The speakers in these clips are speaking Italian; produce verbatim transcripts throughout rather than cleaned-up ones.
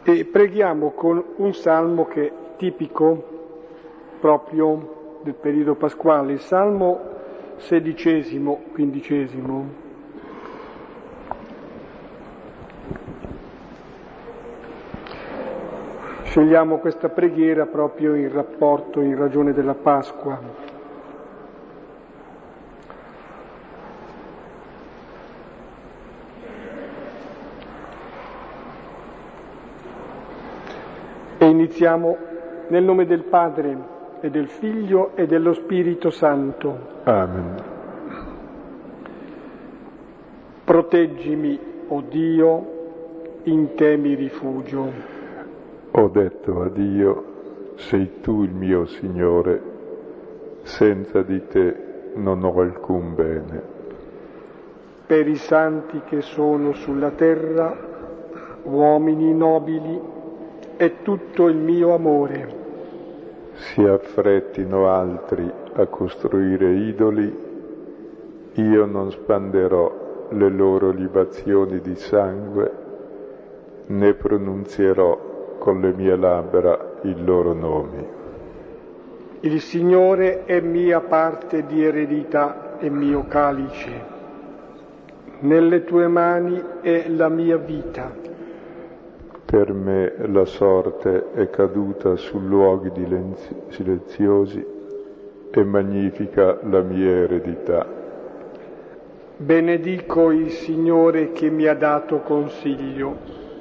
E preghiamo con un salmo che è tipico proprio del periodo pasquale, il salmo sedicesimo, quindicesimo. Scegliamo questa preghiera proprio in rapporto, in ragione della Pasqua. E iniziamo nel nome del Padre e del Figlio e dello Spirito Santo. Amen. Proteggimi, o Dio, in te mi rifugio. Ho detto a Dio, sei tu il mio Signore, senza di te non ho alcun bene. Per i santi che sono sulla terra, uomini nobili, è tutto il mio amore. Si affrettino altri a costruire idoli, io non spanderò le loro libazioni di sangue, né pronunzierò con le mie labbra i loro nomi. Il Signore è mia parte di eredità e mio calice. Nelle tue mani è la mia vita. Per me la sorte è caduta su luoghi silenziosi e magnifica la mia eredità. Benedico il Signore che mi ha dato consiglio.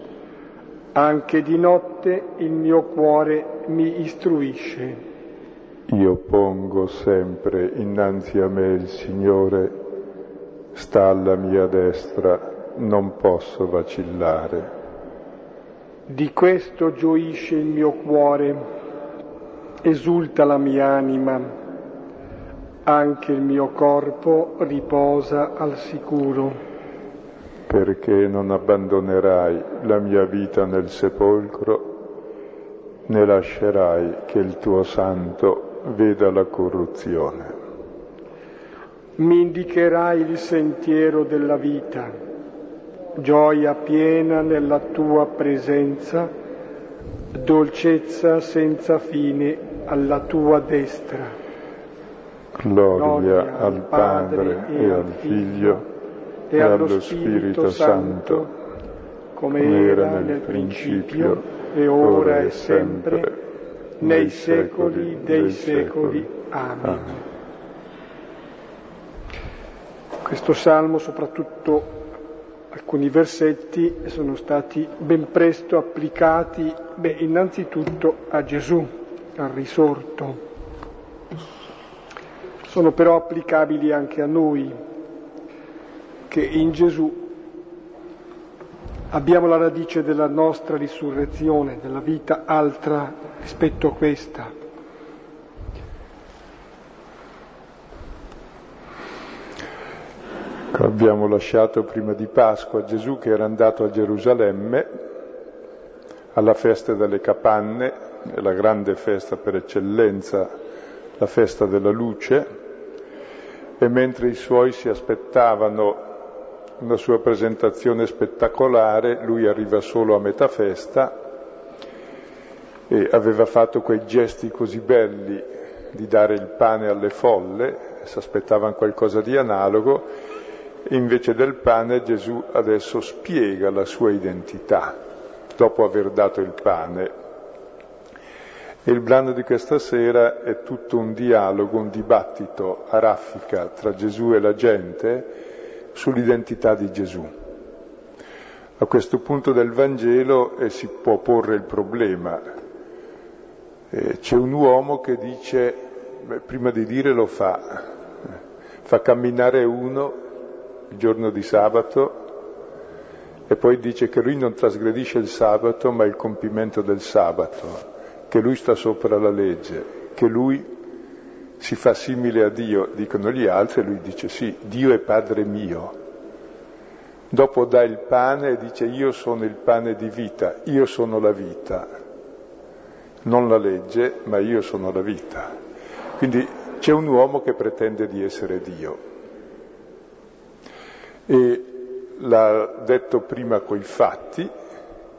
Anche di notte il mio cuore mi istruisce. Io pongo sempre innanzi a me il Signore, sta alla mia destra, non posso vacillare. Di questo gioisce il mio cuore, esulta la mia anima, anche il mio corpo riposa al sicuro. Perché non abbandonerai la mia vita nel sepolcro, né lascerai che il tuo santo veda la corruzione. Mi indicherai il sentiero della vita. Gioia piena nella tua presenza, dolcezza senza fine alla tua destra. Gloria, Gloria al Padre e al Figlio e, e allo Spirito Santo, come era nel principio e ora e sempre, nei secoli dei secoli. Amen. Questo salmo, soprattutto alcuni versetti, sono stati ben presto applicati, beh, innanzitutto a Gesù, al risorto. Sono però applicabili anche a noi, che in Gesù abbiamo la radice della nostra risurrezione, della vita altra rispetto a questa. Abbiamo lasciato prima di Pasqua Gesù che era andato a Gerusalemme alla festa delle capanne, la grande festa per eccellenza, la festa della luce, e mentre i suoi si aspettavano una sua presentazione spettacolare, lui arriva solo a metà festa e aveva fatto quei gesti così belli di dare il pane alle folle, si aspettavano qualcosa di analogo. Invece del pane Gesù adesso spiega la sua identità, dopo aver dato il pane. E il brano di questa sera è tutto un dialogo, un dibattito a raffica tra Gesù e la gente sull'identità di Gesù. A questo punto del Vangelo eh, si può porre il problema. Eh, c'è un uomo che dice, beh, prima di dire lo fa, fa camminare uno il giorno di sabato e poi dice che lui non trasgredisce il sabato ma il compimento del sabato, che lui sta sopra la legge, che lui si fa simile a Dio, dicono gli altri, e lui dice sì, Dio è Padre mio. Dopo dà il pane e dice io sono il pane di vita, io sono la vita, non la legge ma io sono la vita. Quindi c'è un uomo che pretende di essere Dio. E l'ha detto prima coi fatti,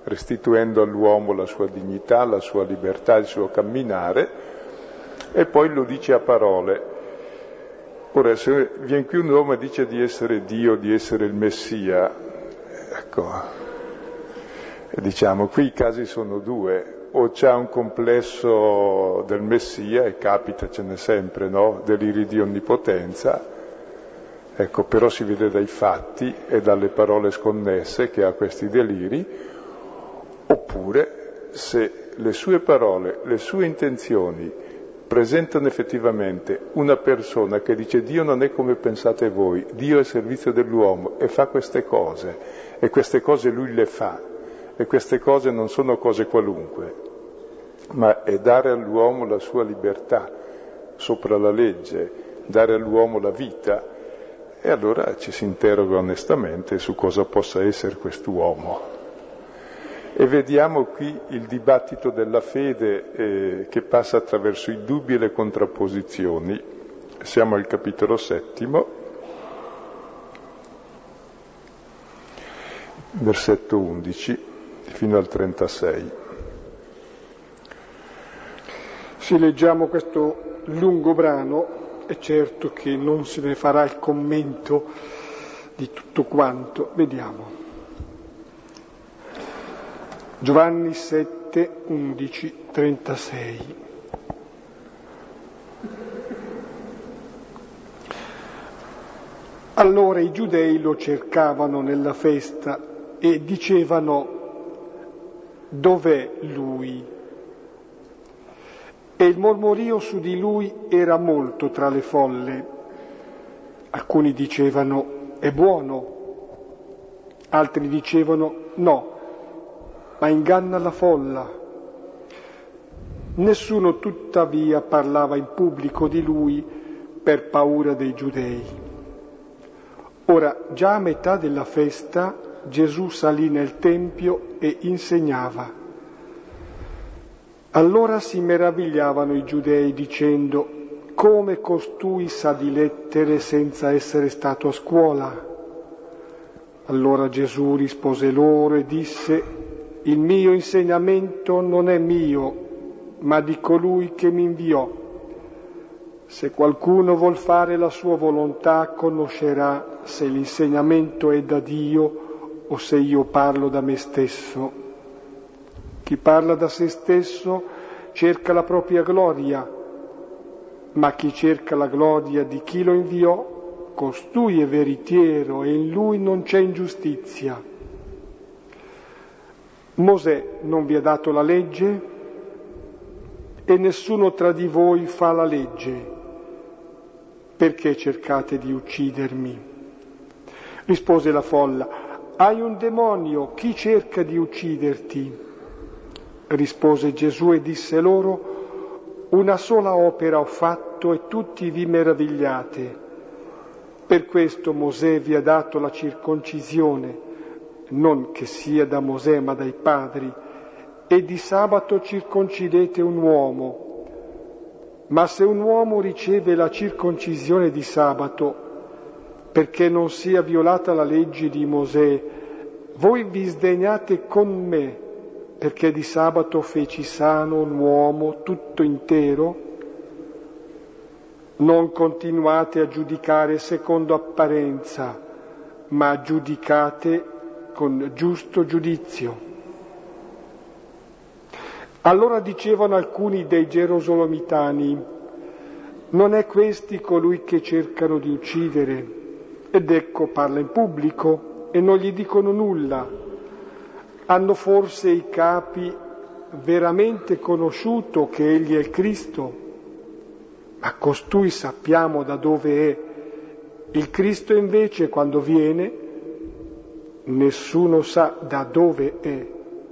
restituendo all'uomo la sua dignità, la sua libertà, il suo camminare, e poi lo dice a parole. Ora, se viene qui un uomo e dice di essere Dio, di essere il Messia, ecco, diciamo, qui i casi sono due: o c'ha un complesso del Messia, e capita, ce n'è sempre, no? Deliri di onnipotenza, ecco, però si vede dai fatti e dalle parole sconnesse che ha questi deliri. Oppure, se le sue parole, le sue intenzioni presentano effettivamente una persona che dice Dio non è come pensate voi, Dio è al servizio dell'uomo e fa queste cose, e queste cose lui le fa, e queste cose non sono cose qualunque, ma è dare all'uomo la sua libertà sopra la legge, dare all'uomo la vita, e allora ci si interroga onestamente su cosa possa essere quest'uomo. E vediamo qui il dibattito della fede eh, che passa attraverso i dubbi e le contrapposizioni. Siamo al capitolo settimo, versetto undici fino al trentasei. Se leggiamo questo lungo brano, è certo che non se ne farà il commento di tutto quanto. Vediamo. Giovanni sette, undici, trentasei. Allora i giudei lo cercavano nella festa e dicevano: dov'è lui? E il mormorio su di lui era molto tra le folle. Alcuni dicevano: è buono, altri dicevano: no, ma inganna la folla. Nessuno tuttavia parlava in pubblico di lui per paura dei giudei. Ora, già a metà della festa, Gesù salì nel tempio e insegnava. Allora si meravigliavano i giudei dicendo: come costui sa di lettere senza essere stato a scuola? Allora Gesù rispose loro e disse: il mio insegnamento non è mio, ma di colui che mi inviò. Se qualcuno vuol fare la sua volontà, conoscerà se l'insegnamento è da Dio o se io parlo da me stesso. Chi parla da se stesso cerca la propria gloria, ma chi cerca la gloria di chi lo inviò, costui è veritiero e in lui non c'è ingiustizia. Mosè non vi ha dato la legge? E nessuno tra di voi fa la legge. Perché cercate di uccidermi? Rispose la folla: hai un demonio, chi cerca di ucciderti? Rispose Gesù e disse loro: una sola opera ho fatto e tutti vi meravigliate. Per questo Mosè vi ha dato la circoncisione, non che sia da Mosè ma dai padri, e di sabato circoncidete un uomo. Ma se un uomo riceve la circoncisione di sabato, perché non sia violata la legge di Mosè, voi vi sdegnate con me, perché di sabato feci sano un uomo tutto intero? Non continuate a giudicare secondo apparenza, ma giudicate con giusto giudizio. Allora dicevano alcuni dei gerosolomitani: non è questi colui che cercano di uccidere? Ed ecco parla in pubblico e non gli dicono nulla. Hanno forse i capi veramente conosciuto che egli è il Cristo? Ma costui sappiamo da dove è. Il Cristo invece, quando viene, nessuno sa da dove è.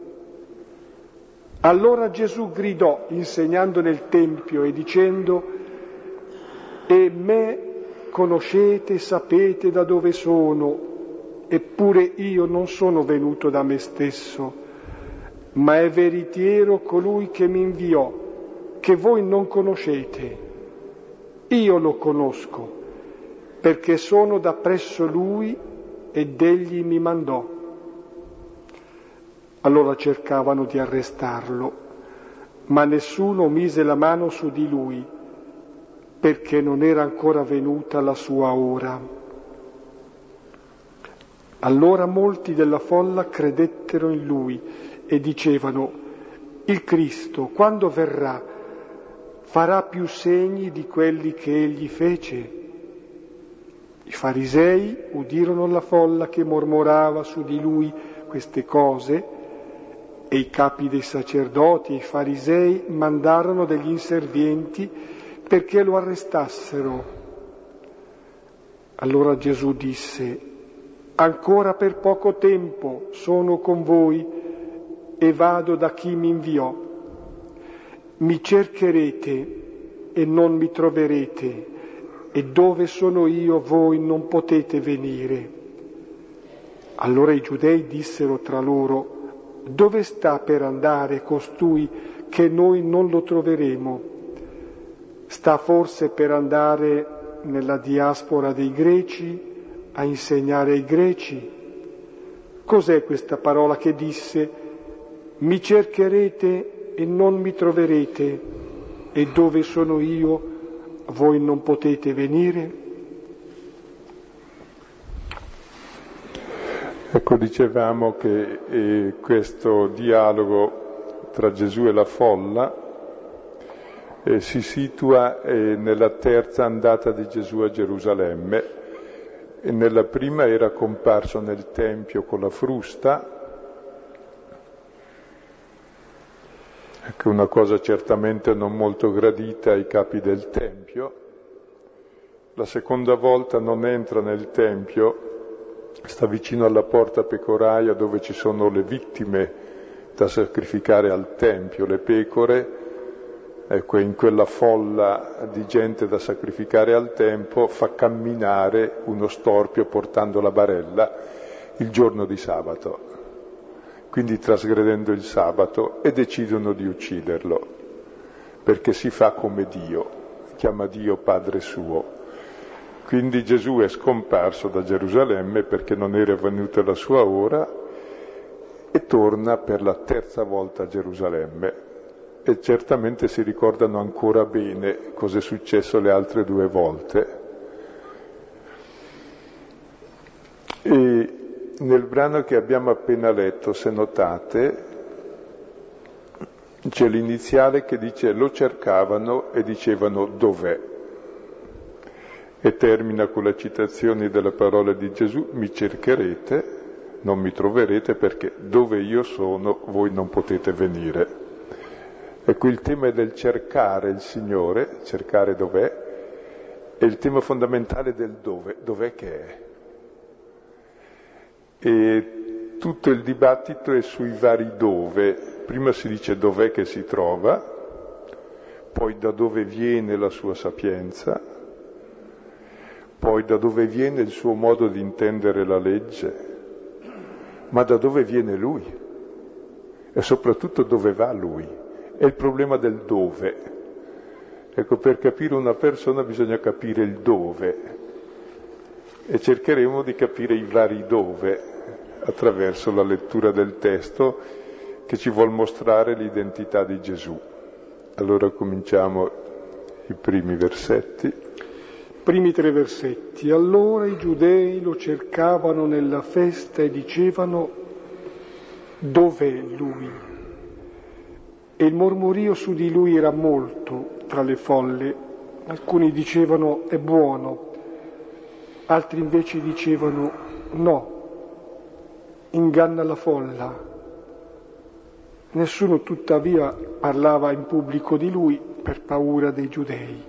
Allora Gesù gridò, insegnando nel Tempio e dicendo: e me conoscete e sapete da dove sono, eppure io non sono venuto da me stesso, ma è veritiero colui che mi inviò, che voi non conoscete. Io lo conosco, perché sono da presso lui ed egli mi mandò. Allora cercavano di arrestarlo, ma nessuno mise la mano su di lui, perché non era ancora venuta la sua ora. Allora molti della folla credettero in lui e dicevano: il Cristo, quando verrà, farà più segni di quelli che egli fece? I farisei udirono la folla che mormorava su di lui queste cose, e i capi dei sacerdoti e i farisei mandarono degli inservienti perché lo arrestassero. Allora Gesù disse: ancora per poco tempo sono con voi e vado da chi mi inviò. Mi cercherete e non mi troverete, e dove sono io voi non potete venire. Allora i giudei dissero tra loro: dove sta per andare costui che noi non lo troveremo? Sta forse per andare nella diaspora dei greci a insegnare ai greci? Cos'è questa parola che disse: mi cercherete e non mi troverete, e dove sono io voi non potete venire? Ecco, dicevamo che eh, questo dialogo tra Gesù e la folla eh, si situa eh, nella terza andata di Gesù a Gerusalemme. E nella prima era comparso nel Tempio con la frusta, ecco, una cosa certamente non molto gradita ai capi del Tempio. La seconda volta non entra nel Tempio, sta vicino alla porta pecoraia dove ci sono le vittime da sacrificare al Tempio, le pecore. Ecco, in quella folla di gente da sacrificare al Tempio fa camminare uno storpio portando la barella il giorno di sabato, quindi trasgredendo il sabato, e decidono di ucciderlo, perché si fa come Dio, chiama Dio Padre suo. Quindi Gesù è scomparso da Gerusalemme perché non era venuta la sua ora e torna per la terza volta a Gerusalemme. E certamente si ricordano ancora bene cosa è successo le altre due volte. E nel brano che abbiamo appena letto, se notate, c'è l'iniziale che dice: lo cercavano e dicevano dov'è? E termina con la citazione della parola di Gesù: mi cercherete, non mi troverete, perché dove io sono voi non potete venire. Ecco, il tema è del cercare il Signore, cercare dov'è, e il tema fondamentale del dove, dov'è che è. E tutto il dibattito è sui vari dove. Prima si dice dov'è che si trova, poi da dove viene la sua sapienza, poi da dove viene il suo modo di intendere la legge, ma da dove viene lui e soprattutto dove va lui. È il problema del dove. Ecco, per capire una persona bisogna capire il dove, e cercheremo di capire i vari dove attraverso la lettura del testo che ci vuol mostrare l'identità di Gesù. Allora cominciamo i primi versetti. Primi tre versetti. Allora i giudei lo cercavano nella festa e dicevano: dov'è lui? E il mormorio su di lui era molto tra le folle. Alcuni dicevano: è buono, altri invece dicevano: no, inganna la folla. Nessuno tuttavia parlava in pubblico di lui per paura dei giudei.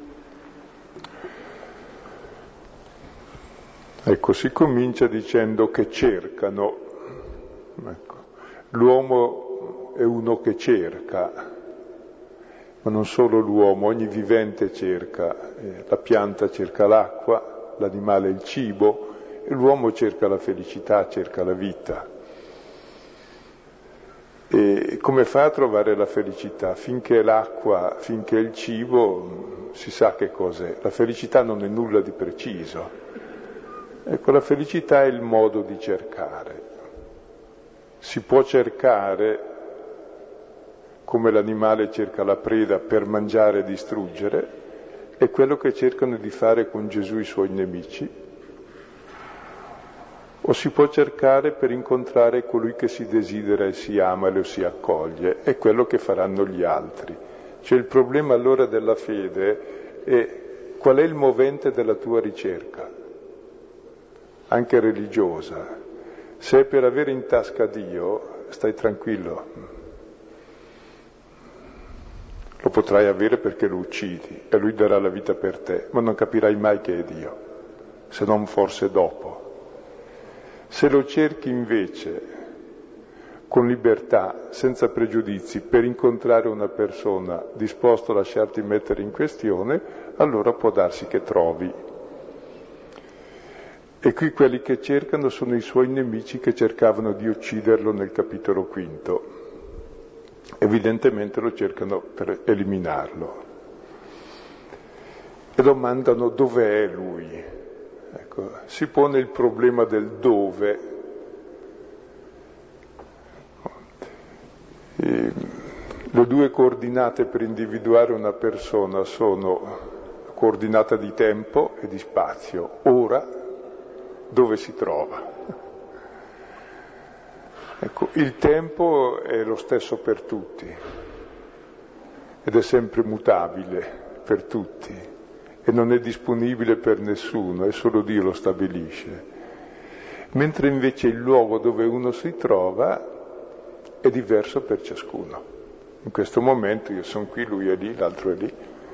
Ecco, si comincia dicendo che cercano. Ecco, l'uomo è uno che cerca, ma non solo l'uomo, ogni vivente cerca. Eh, la pianta cerca l'acqua, l'animale il cibo, e l'uomo cerca la felicità, cerca la vita. E come fa a trovare la felicità? Finché l'acqua, finché il cibo, si sa che cos'è. La felicità non è nulla di preciso. Ecco, la felicità è il modo di cercare. Si può cercare, come l'animale cerca la preda per mangiare e distruggere, è quello che cercano di fare con Gesù i suoi nemici, o si può cercare per incontrare colui che si desidera e si ama e lo si accoglie, è quello che faranno gli altri. Cioè il problema allora della fede è qual è il movente della tua ricerca, anche religiosa. Se è per avere in tasca Dio, stai tranquillo, lo potrai avere perché lo uccidi e lui darà la vita per te, ma non capirai mai che è Dio, se non forse dopo. Se lo cerchi invece con libertà, senza pregiudizi, per incontrare una persona disposto a lasciarti mettere in questione, allora può darsi che trovi. E qui quelli che cercano sono i suoi nemici che cercavano di ucciderlo nel capitolo quinto. Evidentemente lo cercano per eliminarlo. E domandano dov'è lui. Ecco, si pone il problema del dove. E le due coordinate per individuare una persona sono coordinata di tempo e di spazio. Ora, dove si trova? Ecco, il tempo è lo stesso per tutti ed è sempre mutabile per tutti e non è disponibile per nessuno, è solo Dio lo stabilisce. Mentre invece il luogo dove uno si trova è diverso per ciascuno. In questo momento io sono qui, lui è lì, l'altro è lì.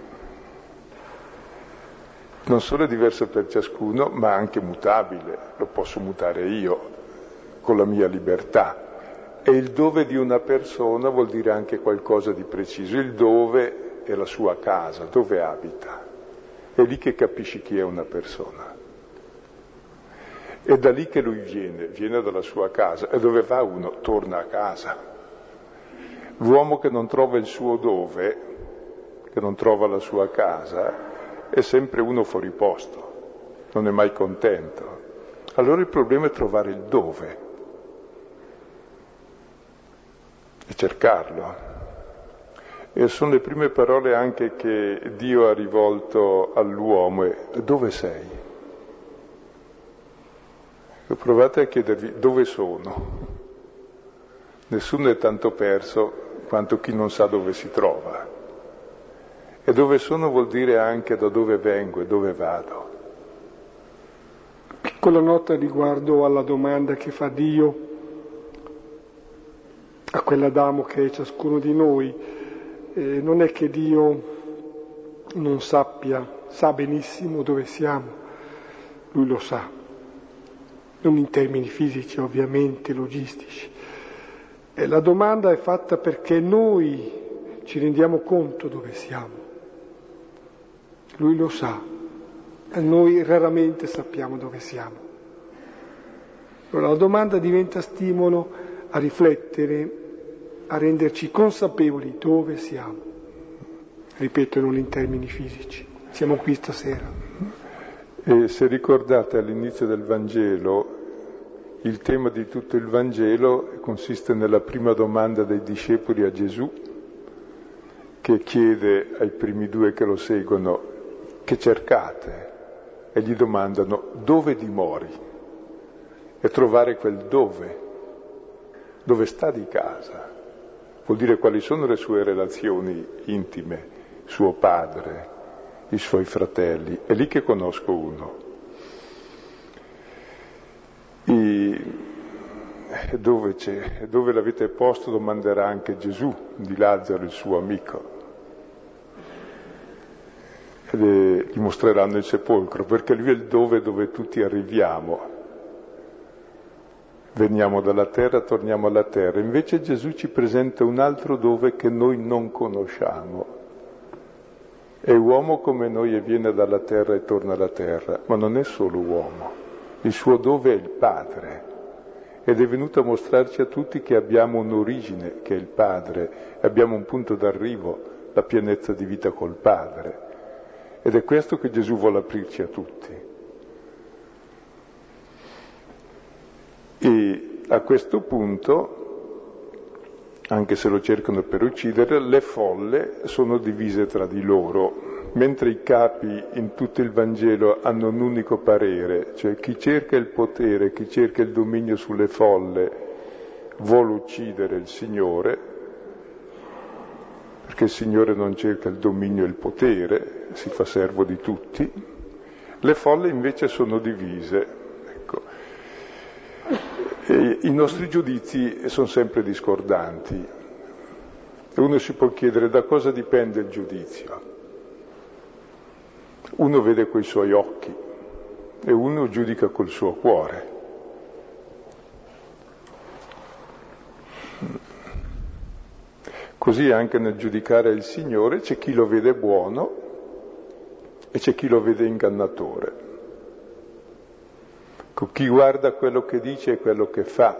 Non solo è diverso per ciascuno, ma anche mutabile, lo posso mutare io con la mia libertà. E il dove di una persona vuol dire anche qualcosa di preciso. Il dove è la sua casa, dove abita. È lì che capisci chi è una persona. È da lì che lui viene, viene dalla sua casa. E dove va uno? Torna a casa. L'uomo che non trova il suo dove, che non trova la sua casa, è sempre uno fuori posto, non è mai contento. Allora il problema è trovare il dove e cercarlo. E sono le prime parole anche che Dio ha rivolto all'uomo: è, dove sei? E provate a chiedervi dove sono. Nessuno è tanto perso quanto chi non sa dove si trova. E dove sono vuol dire anche da dove vengo e dove vado. Piccola nota riguardo alla domanda che fa Dio a quell'Adamo che è ciascuno di noi. Eh, non è che Dio non sappia, sa benissimo dove siamo, Lui lo sa, non in termini fisici ovviamente, logistici. E la domanda è fatta perché noi ci rendiamo conto dove siamo. Lui lo sa, e noi raramente sappiamo dove siamo. Allora la domanda diventa stimolo a riflettere, a renderci consapevoli dove siamo. Ripeto, non in termini fisici. Siamo qui stasera. E se ricordate all'inizio del Vangelo, il tema di tutto il Vangelo consiste nella prima domanda dei discepoli a Gesù, che chiede ai primi due che lo seguono: che cercate? E gli domandano: dove dimori? E trovare quel dove, dove sta di casa, vuol dire quali sono le sue relazioni intime, suo padre, i suoi fratelli. È lì che conosco uno. E dove c'è, dove l'avete posto, domanderà anche Gesù di Lazzaro, il suo amico. Ed è, gli mostreranno il sepolcro, perché lui è il dove dove tutti arriviamo. Veniamo dalla terra, torniamo alla terra. Invece Gesù ci presenta un altro dove che noi non conosciamo. È uomo come noi e viene dalla terra e torna alla terra, ma non è solo uomo. Il suo dove è il Padre. Ed è venuto a mostrarci a tutti che abbiamo un'origine, che è il Padre, e abbiamo un punto d'arrivo, la pienezza di vita col Padre. Ed è questo che Gesù vuole aprirci a tutti. E a questo punto, anche se lo cercano per uccidere, le folle sono divise tra di loro, mentre i capi in tutto il Vangelo hanno un unico parere, cioè chi cerca il potere, chi cerca il dominio sulle folle vuole uccidere il Signore, perché il Signore non cerca il dominio e il potere, si fa servo di tutti. Le folle invece sono divise. Ecco. E i nostri giudizi sono sempre discordanti. Uno si può chiedere da cosa dipende il giudizio. Uno vede coi suoi occhi e uno giudica col suo cuore. Così anche nel giudicare il Signore c'è chi lo vede buono e c'è chi lo vede ingannatore. Chi guarda quello che dice e quello che fa,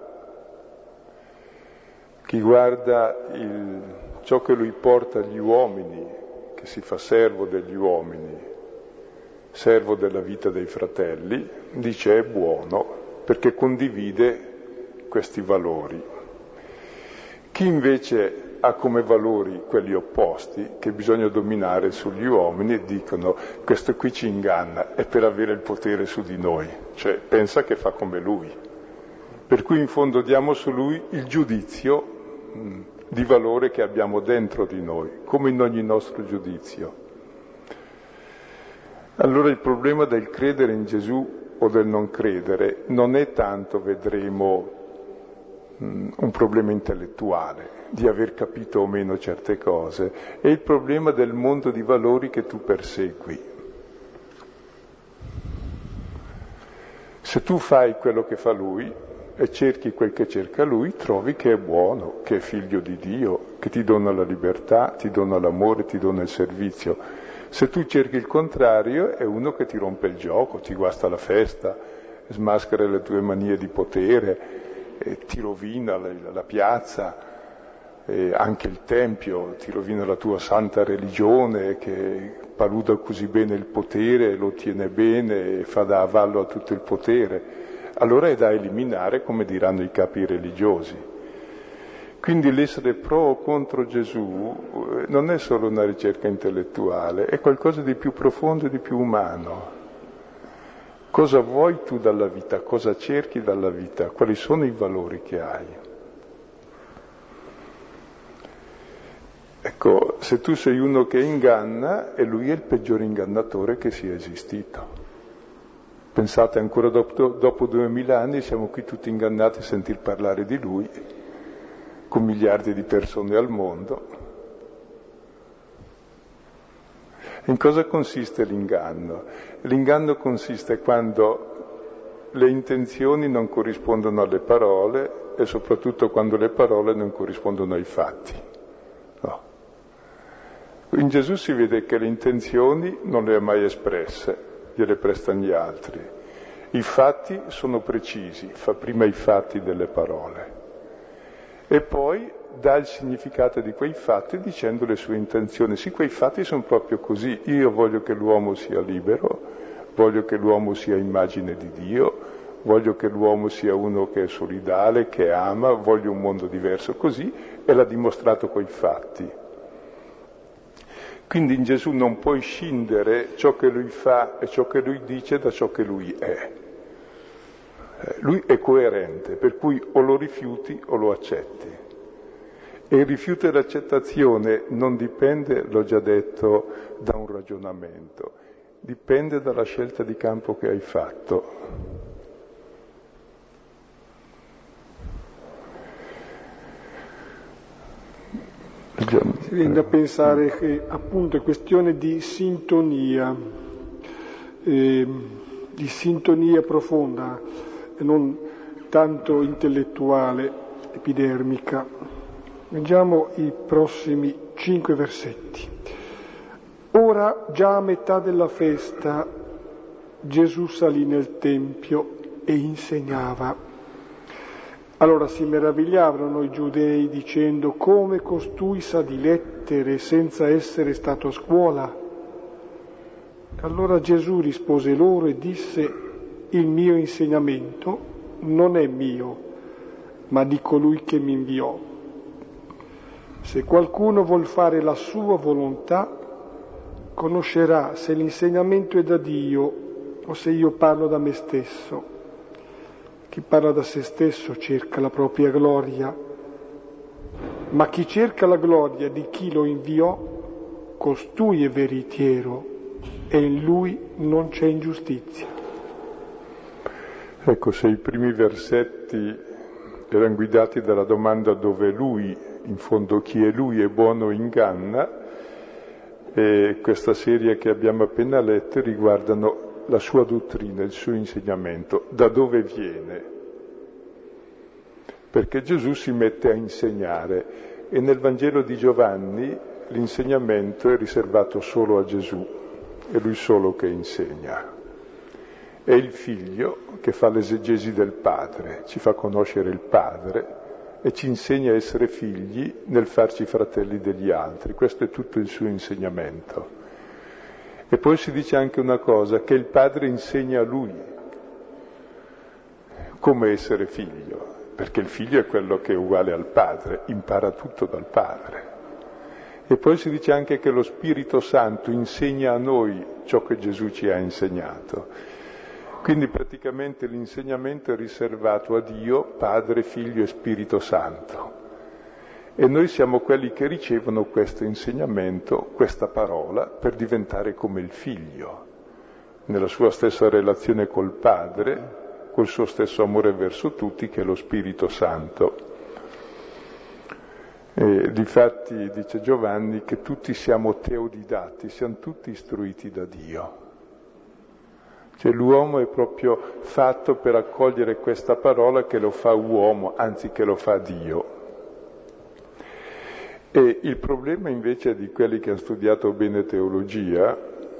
chi guarda il, ciò che lui porta agli uomini, che si fa servo degli uomini, servo della vita dei fratelli, dice è buono perché condivide questi valori. Chi invece ha come valori quelli opposti, che bisogna dominare sugli uomini, e dicono questo qui ci inganna, è per avere il potere su di noi, cioè pensa che fa come lui. Per cui in fondo diamo su lui il giudizio mh, di valore che abbiamo dentro di noi, come in ogni nostro giudizio. Allora il problema del credere in Gesù o del non credere non è tanto, vedremo, mh, un problema intellettuale, di aver capito o meno certe cose, è il problema del mondo di valori che tu persegui. Se tu fai quello che fa lui e cerchi quel che cerca lui, trovi che è buono, che è figlio di Dio, che ti dona la libertà, ti dona l'amore, ti dona il servizio. Se tu cerchi il contrario, è uno che ti rompe il gioco, ti guasta la festa, smaschera le tue manie di potere, e ti rovina la, la piazza, e anche il Tempio, ti rovina la tua santa religione che paluda così bene il potere, lo tiene bene e fa da avallo a tutto il potere. Allora è da eliminare, come diranno i capi religiosi. Quindi l'essere pro o contro Gesù non è solo una ricerca intellettuale, è qualcosa di più profondo e di più umano. Cosa vuoi tu dalla vita? Cosa cerchi dalla vita? Quali sono i valori che hai? Ecco, se tu sei uno che inganna, e lui è il peggiore ingannatore che sia esistito. Pensate, ancora dopo, dopo duemila anni siamo qui tutti ingannati a sentir parlare di lui, con miliardi di persone al mondo. In cosa consiste l'inganno? L'inganno consiste quando le intenzioni non corrispondono alle parole e soprattutto quando le parole non corrispondono ai fatti. No. In Gesù si vede che le intenzioni non le ha mai espresse, gliele prestano gli altri. I fatti sono precisi, fa prima i fatti delle parole. E poi dà il significato di quei fatti dicendo le sue intenzioni. Sì, quei fatti sono proprio così. Io voglio che l'uomo sia libero, voglio che l'uomo sia immagine di Dio, voglio che l'uomo sia uno che è solidale, che ama, voglio un mondo diverso così, e l'ha dimostrato coi fatti. Quindi in Gesù non puoi scindere ciò che lui fa e ciò che lui dice da ciò che lui è. Lui è coerente, per cui o lo rifiuti o lo accetti. E il rifiuto e l'accettazione non dipende, l'ho già detto, da un ragionamento, dipende dalla scelta di campo che hai fatto. Si viene da pensare che appunto è questione di sintonia, eh, di sintonia profonda, e non tanto intellettuale, epidermica. Leggiamo i prossimi cinque versetti. Ora, già a metà della festa, Gesù salì nel Tempio e insegnava. Allora si meravigliavano i giudei dicendo: come costui sa di lettere senza essere stato a scuola? Allora Gesù rispose loro e disse: il mio insegnamento non è mio, ma di colui che mi inviò. Se qualcuno vuol fare la sua volontà, conoscerà se l'insegnamento è da Dio o se io parlo da me stesso. Chi parla da se stesso cerca la propria gloria, ma chi cerca la gloria di chi lo inviò, costui è veritiero e in lui non c'è ingiustizia. Ecco, se i primi versetti erano guidati dalla domanda dove lui, in fondo chi è lui, è buono o inganna, e questa serie che abbiamo appena letto riguardano la sua dottrina, il suo insegnamento, da dove viene. Perché Gesù si mette a insegnare e nel Vangelo di Giovanni l'insegnamento è riservato solo a Gesù, è lui solo che insegna. È il figlio che fa l'esegesi del padre, ci fa conoscere il padre e ci insegna a essere figli nel farci fratelli degli altri. Questo è tutto il suo insegnamento. E poi si dice anche una cosa, che il padre insegna a lui come essere figlio, perché il figlio è quello che è uguale al padre, impara tutto dal padre. E poi si dice anche che lo Spirito Santo insegna a noi ciò che Gesù ci ha insegnato. Quindi praticamente l'insegnamento è riservato a Dio, Padre, Figlio e Spirito Santo. E noi siamo quelli che ricevono questo insegnamento, questa parola, per diventare come il Figlio, nella sua stessa relazione col Padre, col suo stesso amore verso tutti, che è lo Spirito Santo. E difatti dice Giovanni che tutti siamo teodidatti, siamo tutti istruiti da Dio. Cioè l'uomo è proprio fatto per accogliere questa parola che lo fa uomo, anzi che lo fa Dio. E il problema invece di quelli che hanno studiato bene teologia,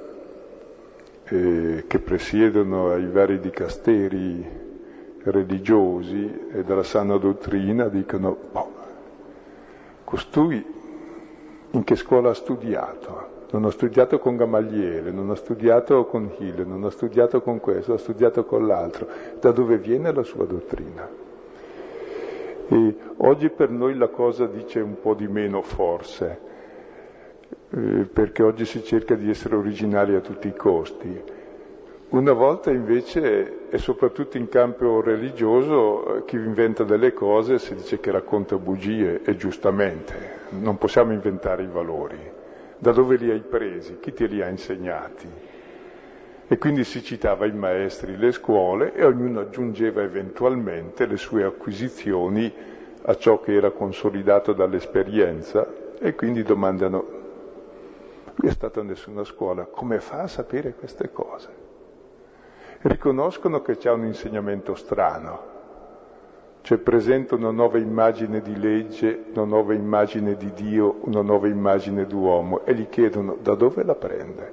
eh, che presiedono ai vari dicasteri religiosi e della sana dottrina, dicono, boh, costui in che scuola ha studiato? Non ho studiato con Gamaliele, non ho studiato con Hille, non ho studiato con questo, ho studiato con l'altro. Da dove viene la sua dottrina? E oggi per noi la cosa dice un po' di meno forse, eh, perché oggi si cerca di essere originali a tutti i costi. Una volta invece, e soprattutto in campo religioso, chi inventa delle cose si dice che racconta bugie, e giustamente, non possiamo inventare i valori. Da dove li hai presi? Chi te li ha insegnati? E quindi si citava i maestri, le scuole, e ognuno aggiungeva eventualmente le sue acquisizioni a ciò che era consolidato dall'esperienza, e quindi domandano, lui è stato a nessuna scuola, come fa a sapere queste cose? Riconoscono che c'è un insegnamento strano, cioè presenta una nuova immagine di legge, una nuova immagine di Dio, una nuova immagine d'uomo, e gli chiedono da dove la prende.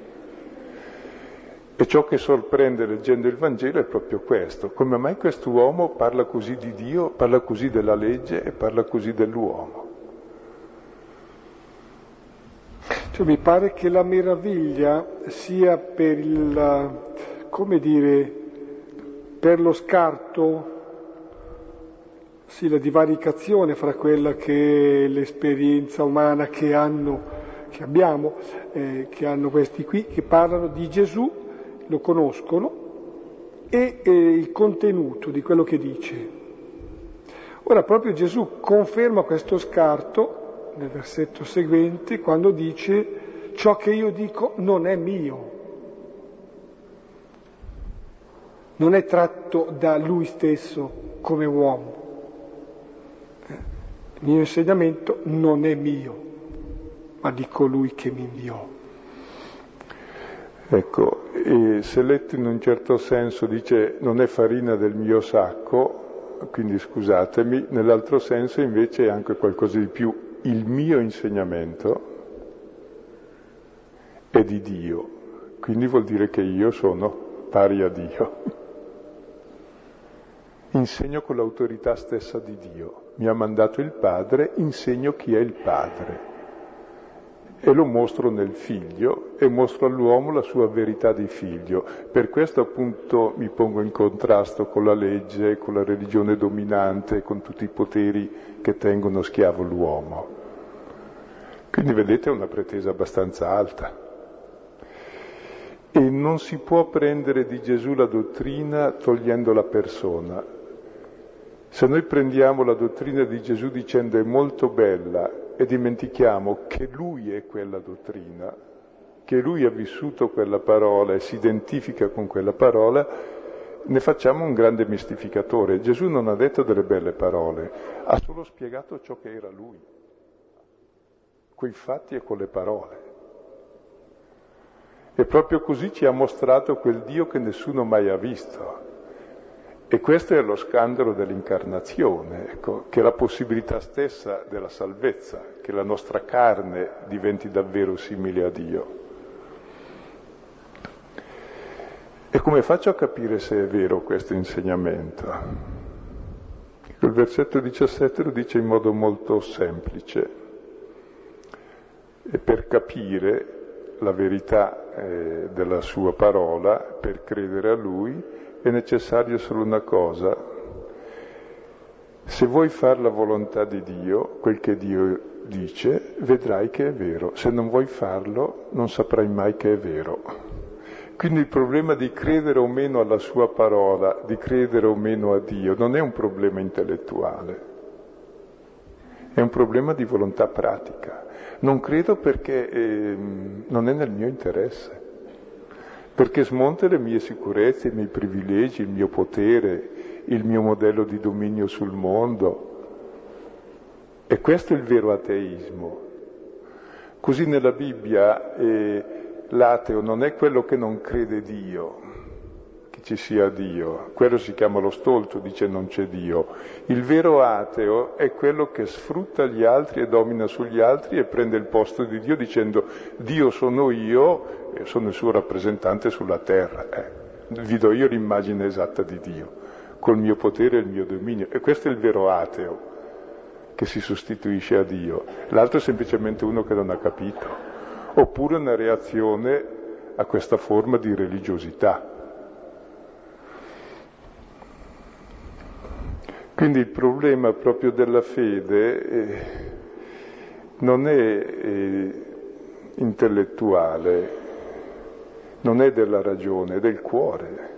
E ciò che sorprende leggendo il Vangelo è proprio questo. Come mai quest'uomo parla così di Dio, parla così della legge e parla così dell'uomo? Cioè, mi pare che la meraviglia sia per il, come dire, per lo scarto, sì, la divaricazione fra quella che è l'esperienza umana che hanno, che abbiamo, eh, che hanno questi qui, che parlano di Gesù, lo conoscono, e eh, il contenuto di quello che dice. Ora proprio Gesù conferma questo scarto nel versetto seguente, quando dice ciò che io dico non è mio, non è tratto da lui stesso come uomo. Il mio insegnamento non è mio, ma di colui che mi inviò. Ecco, e se letto in un certo senso dice non è farina del mio sacco, quindi scusatemi, nell'altro senso invece è anche qualcosa di più. Il mio insegnamento è di Dio, quindi vuol dire che io sono pari a Dio. Insegno con l'autorità stessa di Dio. Mi ha mandato il Padre, insegno chi è il Padre. e lo mostro nel figlio e mostro all'uomo la sua verità di figlio. Per questo appunto mi pongo in contrasto con la legge, con la religione dominante, con tutti i poteri che tengono schiavo l'uomo. Quindi vedete è una pretesa abbastanza alta. E non si può prendere di Gesù la dottrina togliendo la persona. Se noi prendiamo la dottrina di Gesù dicendo è molto bella e dimentichiamo che Lui è quella dottrina, che Lui ha vissuto quella parola e si identifica con quella parola, ne facciamo un grande mistificatore. Gesù non ha detto delle belle parole, ha solo spiegato ciò che era Lui, coi fatti e con le parole. E proprio così ci ha mostrato quel Dio che nessuno mai ha visto. E questo è lo scandalo dell'incarnazione, ecco, che è la possibilità stessa della salvezza, che la nostra carne diventi davvero simile a Dio. E come faccio a capire se è vero questo insegnamento? Il versetto diciassette lo dice in modo molto semplice. E per capire la verità eh, della sua parola, per credere a Lui, è necessario solo una cosa. Se vuoi fare la volontà di Dio, quel che Dio dice, vedrai che è vero. Se non vuoi farlo, non saprai mai che è vero. Quindi il problema di credere o meno alla sua parola, di credere o meno a Dio, non è un problema intellettuale, è un problema di volontà pratica. Non credo perché eh, non è nel mio interesse, perché smonta le mie sicurezze, i miei privilegi, il mio potere, il mio modello di dominio sul mondo. E questo è il vero ateismo. Così nella Bibbia eh, l'ateo non è quello che non crede Dio, che ci sia Dio, quello si chiama lo stolto, dice non c'è Dio. Il vero ateo è quello che sfrutta gli altri e domina sugli altri e prende il posto di Dio dicendo Dio sono io, sono il suo rappresentante sulla terra, eh. vi do io l'immagine esatta di Dio, col mio potere e il mio dominio. E questo è il vero ateo, che si sostituisce a Dio. L'altro è semplicemente uno che non ha capito, oppure una reazione a questa forma di religiosità. Quindi il problema proprio della fede eh, non è eh, intellettuale, non è della ragione, è del cuore.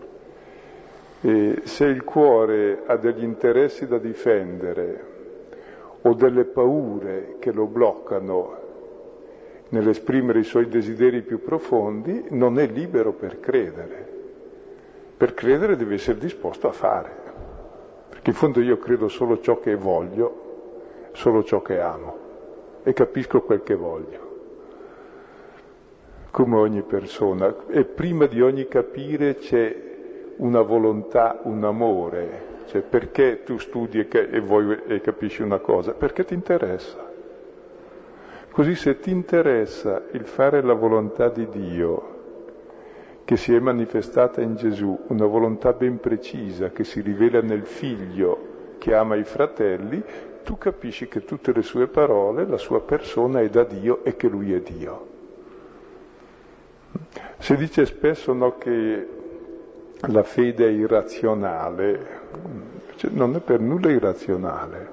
E se il cuore ha degli interessi da difendere o delle paure che lo bloccano nell'esprimere i suoi desideri più profondi, non è libero per credere. Per credere deve essere disposto a fare. Perché in fondo io credo solo ciò che voglio, solo ciò che amo e capisco quel che voglio, come ogni persona. E prima di ogni capire c'è una volontà, un amore. Cioè perché tu studi e, che, e, vuoi, e capisci una cosa? Perché ti interessa. Così se ti interessa il fare la volontà di Dio, che si è manifestata in Gesù, una volontà ben precisa che si rivela nel Figlio che ama i fratelli, tu capisci che tutte le sue parole, la sua persona è da Dio e che Lui è Dio. Si dice spesso no, che la fede è irrazionale, cioè, non è per nulla irrazionale.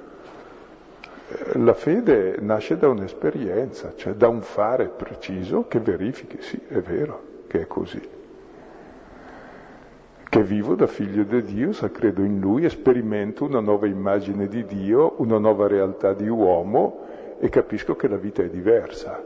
La fede nasce da un'esperienza, cioè da un fare preciso che verifichi, sì, è vero che è così, che vivo da figlio di Dio, se credo in Lui, sperimento una nuova immagine di Dio, una nuova realtà di uomo e capisco che la vita è diversa.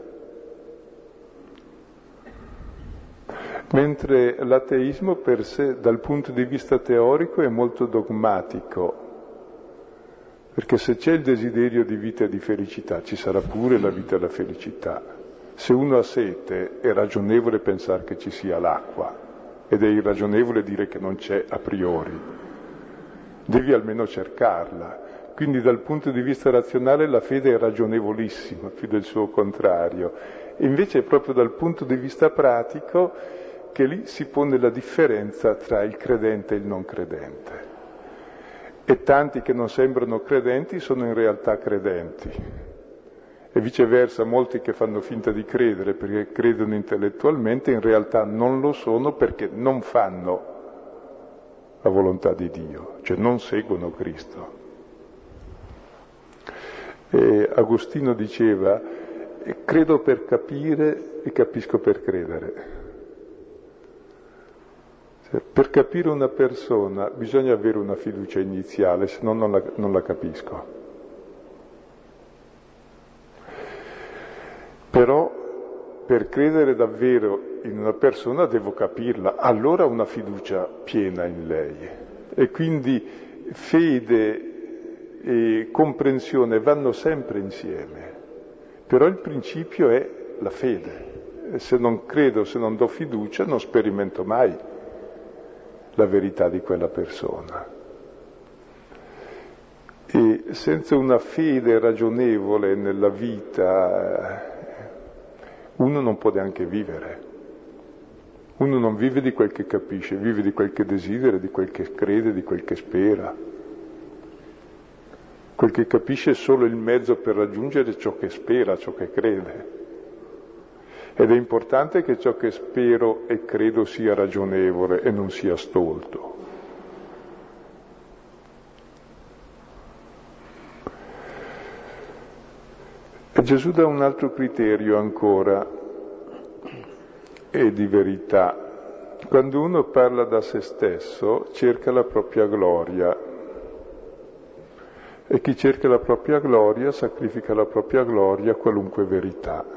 Mentre l'ateismo per sé, dal punto di vista teorico, è molto dogmatico, perché se c'è il desiderio di vita e di felicità, ci sarà pure la vita e la felicità. Se uno ha sete, è ragionevole pensare che ci sia l'acqua, ed è irragionevole dire che non c'è a priori. Devi almeno cercarla. Quindi dal punto di vista razionale la fede è ragionevolissima, più del suo contrario. E invece è proprio dal punto di vista pratico che lì si pone la differenza tra il credente e il non credente. E tanti che non sembrano credenti sono in realtà credenti. E viceversa, molti che fanno finta di credere perché credono intellettualmente, in realtà non lo sono perché non fanno la volontà di Dio, cioè non seguono Cristo. E Agostino diceva, credo per capire e capisco per credere. Cioè, per capire una persona bisogna avere una fiducia iniziale, se no non la, non la capisco. Però per credere davvero in una persona devo capirla, allora ho una fiducia piena in lei. E quindi fede e comprensione vanno sempre insieme, però il principio è la fede. E se non credo, se non do fiducia, non sperimento mai la verità di quella persona. E senza una fede ragionevole nella vita uno non può neanche vivere. Uno non vive di quel che capisce, vive di quel che desidera, di quel che crede, di quel che spera. Quel che capisce è solo il mezzo per raggiungere ciò che spera, ciò che crede. Ed è importante che ciò che spero e credo sia ragionevole e non sia stolto. E Gesù dà un altro criterio ancora, e di verità. Quando uno parla da se stesso, cerca la propria gloria. E chi cerca la propria gloria sacrifica la propria gloria a qualunque verità.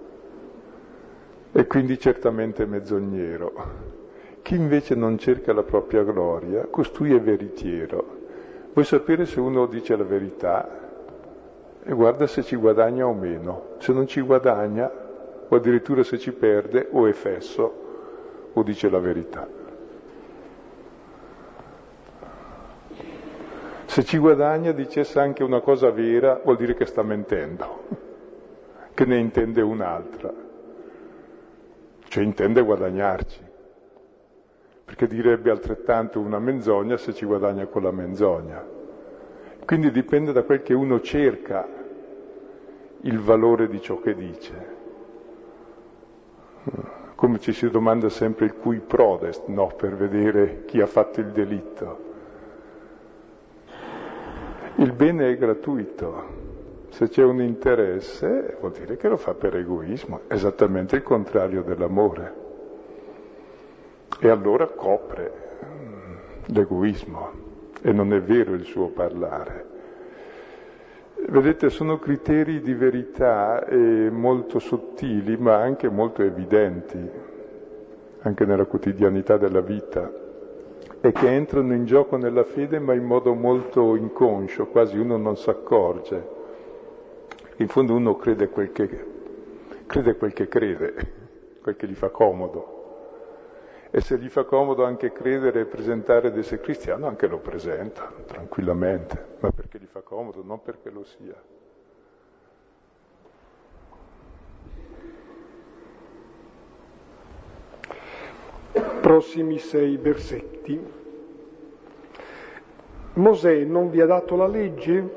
E quindi certamente è menzognero. Chi invece non cerca la propria gloria, costui è veritiero. Vuoi sapere se uno dice la verità? E guarda se ci guadagna o meno. Se non ci guadagna, o addirittura se ci perde, o è fesso, o dice la verità. Se ci guadagna, dicesse anche una cosa vera, vuol dire che sta mentendo, che ne intende un'altra. Cioè intende guadagnarci. Perché direbbe altrettanto una menzogna se ci guadagna con la menzogna. Quindi dipende da quel che uno cerca il valore di ciò che dice. Come ci si domanda sempre il cui prodest, no, per vedere chi ha fatto il delitto. Il bene è gratuito. Se c'è un interesse, vuol dire che lo fa per egoismo, esattamente il contrario dell'amore. E allora copre l'egoismo. E non è vero il suo parlare. Vedete, sono criteri di verità eh, molto sottili, ma anche molto evidenti, anche nella quotidianità della vita, e che entrano in gioco nella fede, ma in modo molto inconscio, quasi uno non si accorge. In fondo uno crede quel che crede, quel che crede, quel che gli fa comodo. E se gli fa comodo anche credere e presentare di essere cristiano, anche lo presenta, tranquillamente, ma perché gli fa comodo, non perché lo sia. Prossimi sei versetti. Mosè non vi ha dato la legge?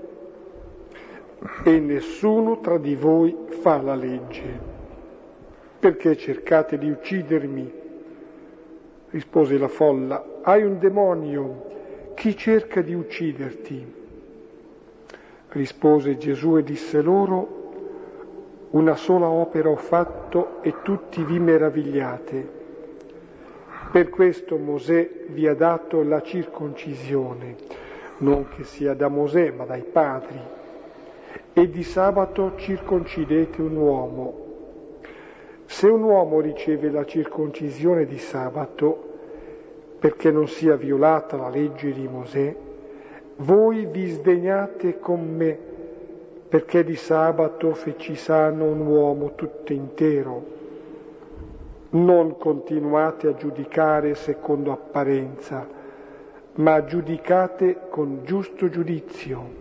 E nessuno tra di voi fa la legge. Perché cercate di uccidermi? Rispose la folla, hai un demonio, chi cerca di ucciderti? Rispose Gesù e disse loro, una sola opera ho fatto e tutti vi meravigliate. Per questo Mosè vi ha dato la circoncisione, non che sia da Mosè ma dai padri. E di sabato circoncidete un uomo. Se un uomo riceve la circoncisione di sabato, perché non sia violata la legge di Mosè, voi vi sdegnate con me, perché di sabato feci sano un uomo tutto intero. Non continuate a giudicare secondo apparenza, ma giudicate con giusto giudizio.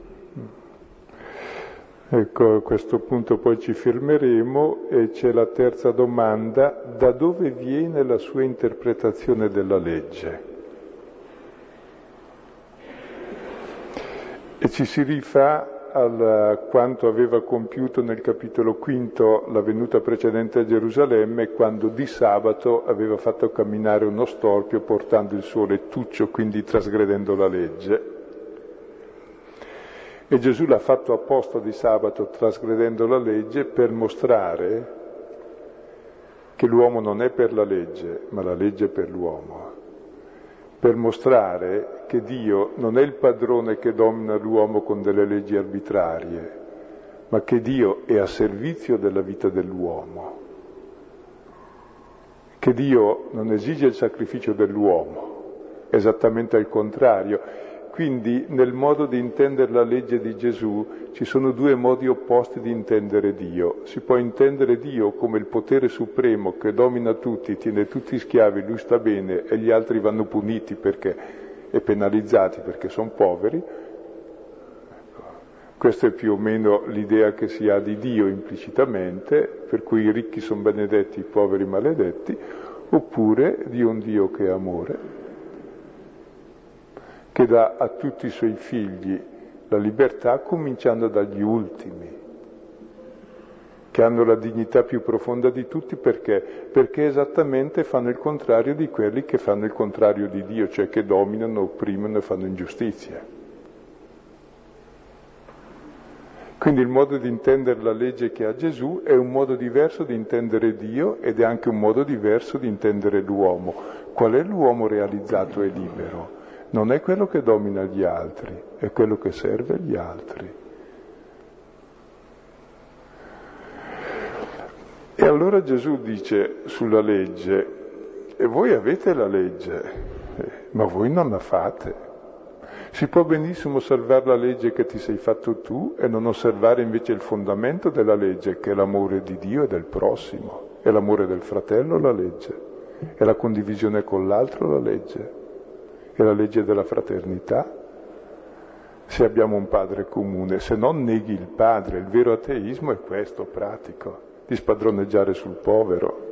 Ecco, a questo punto poi ci fermeremo e c'è la terza domanda, da dove viene la sua interpretazione della legge? E ci si rifà a quanto aveva compiuto nel capitolo quinto la venuta precedente a Gerusalemme, quando di sabato aveva fatto camminare uno storpio portando il suo lettuccio, quindi trasgredendo la legge. E Gesù l'ha fatto apposta di sabato, trasgredendo la legge, per mostrare che l'uomo non è per la legge, ma la legge è per l'uomo. Per mostrare che Dio non è il padrone che domina l'uomo con delle leggi arbitrarie, ma che Dio è a servizio della vita dell'uomo, che Dio non esige il sacrificio dell'uomo, esattamente al contrario. Quindi nel modo di intendere la legge di Gesù ci sono due modi opposti di intendere Dio. Si può intendere Dio come il potere supremo che domina tutti, tiene tutti schiavi, lui sta bene e gli altri vanno puniti perché, e penalizzati perché sono poveri. Questa è più o meno l'idea che si ha di Dio implicitamente, per cui i ricchi sono benedetti, i poveri maledetti, oppure di un Dio che è amore, che dà a tutti i suoi figli la libertà, cominciando dagli ultimi, che hanno la dignità più profonda di tutti. Perché? Perché esattamente fanno il contrario di quelli che fanno il contrario di Dio, cioè che dominano, opprimono e fanno ingiustizia. Quindi il modo di intendere la legge che ha Gesù è un modo diverso di intendere Dio ed è anche un modo diverso di intendere l'uomo. Qual è l'uomo realizzato e libero? Non è quello che domina gli altri, è quello che serve agli altri. E allora Gesù dice sulla legge, e voi avete la legge, eh, ma voi non la fate. Si può benissimo osservare la legge che ti sei fatto tu e non osservare invece il fondamento della legge, che è l'amore di Dio e del prossimo, è l'amore del fratello la legge, è la condivisione con l'altro la legge. È la legge della fraternità, se abbiamo un padre comune, se non neghi il padre. Il vero ateismo è questo, pratico, di spadroneggiare sul povero.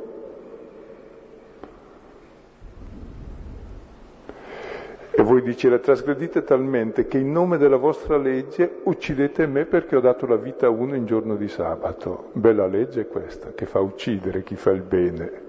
E voi dice, la trasgredite talmente che in nome della vostra legge uccidete me perché ho dato la vita a uno in giorno di sabato. Bella legge questa, che fa uccidere chi fa il bene.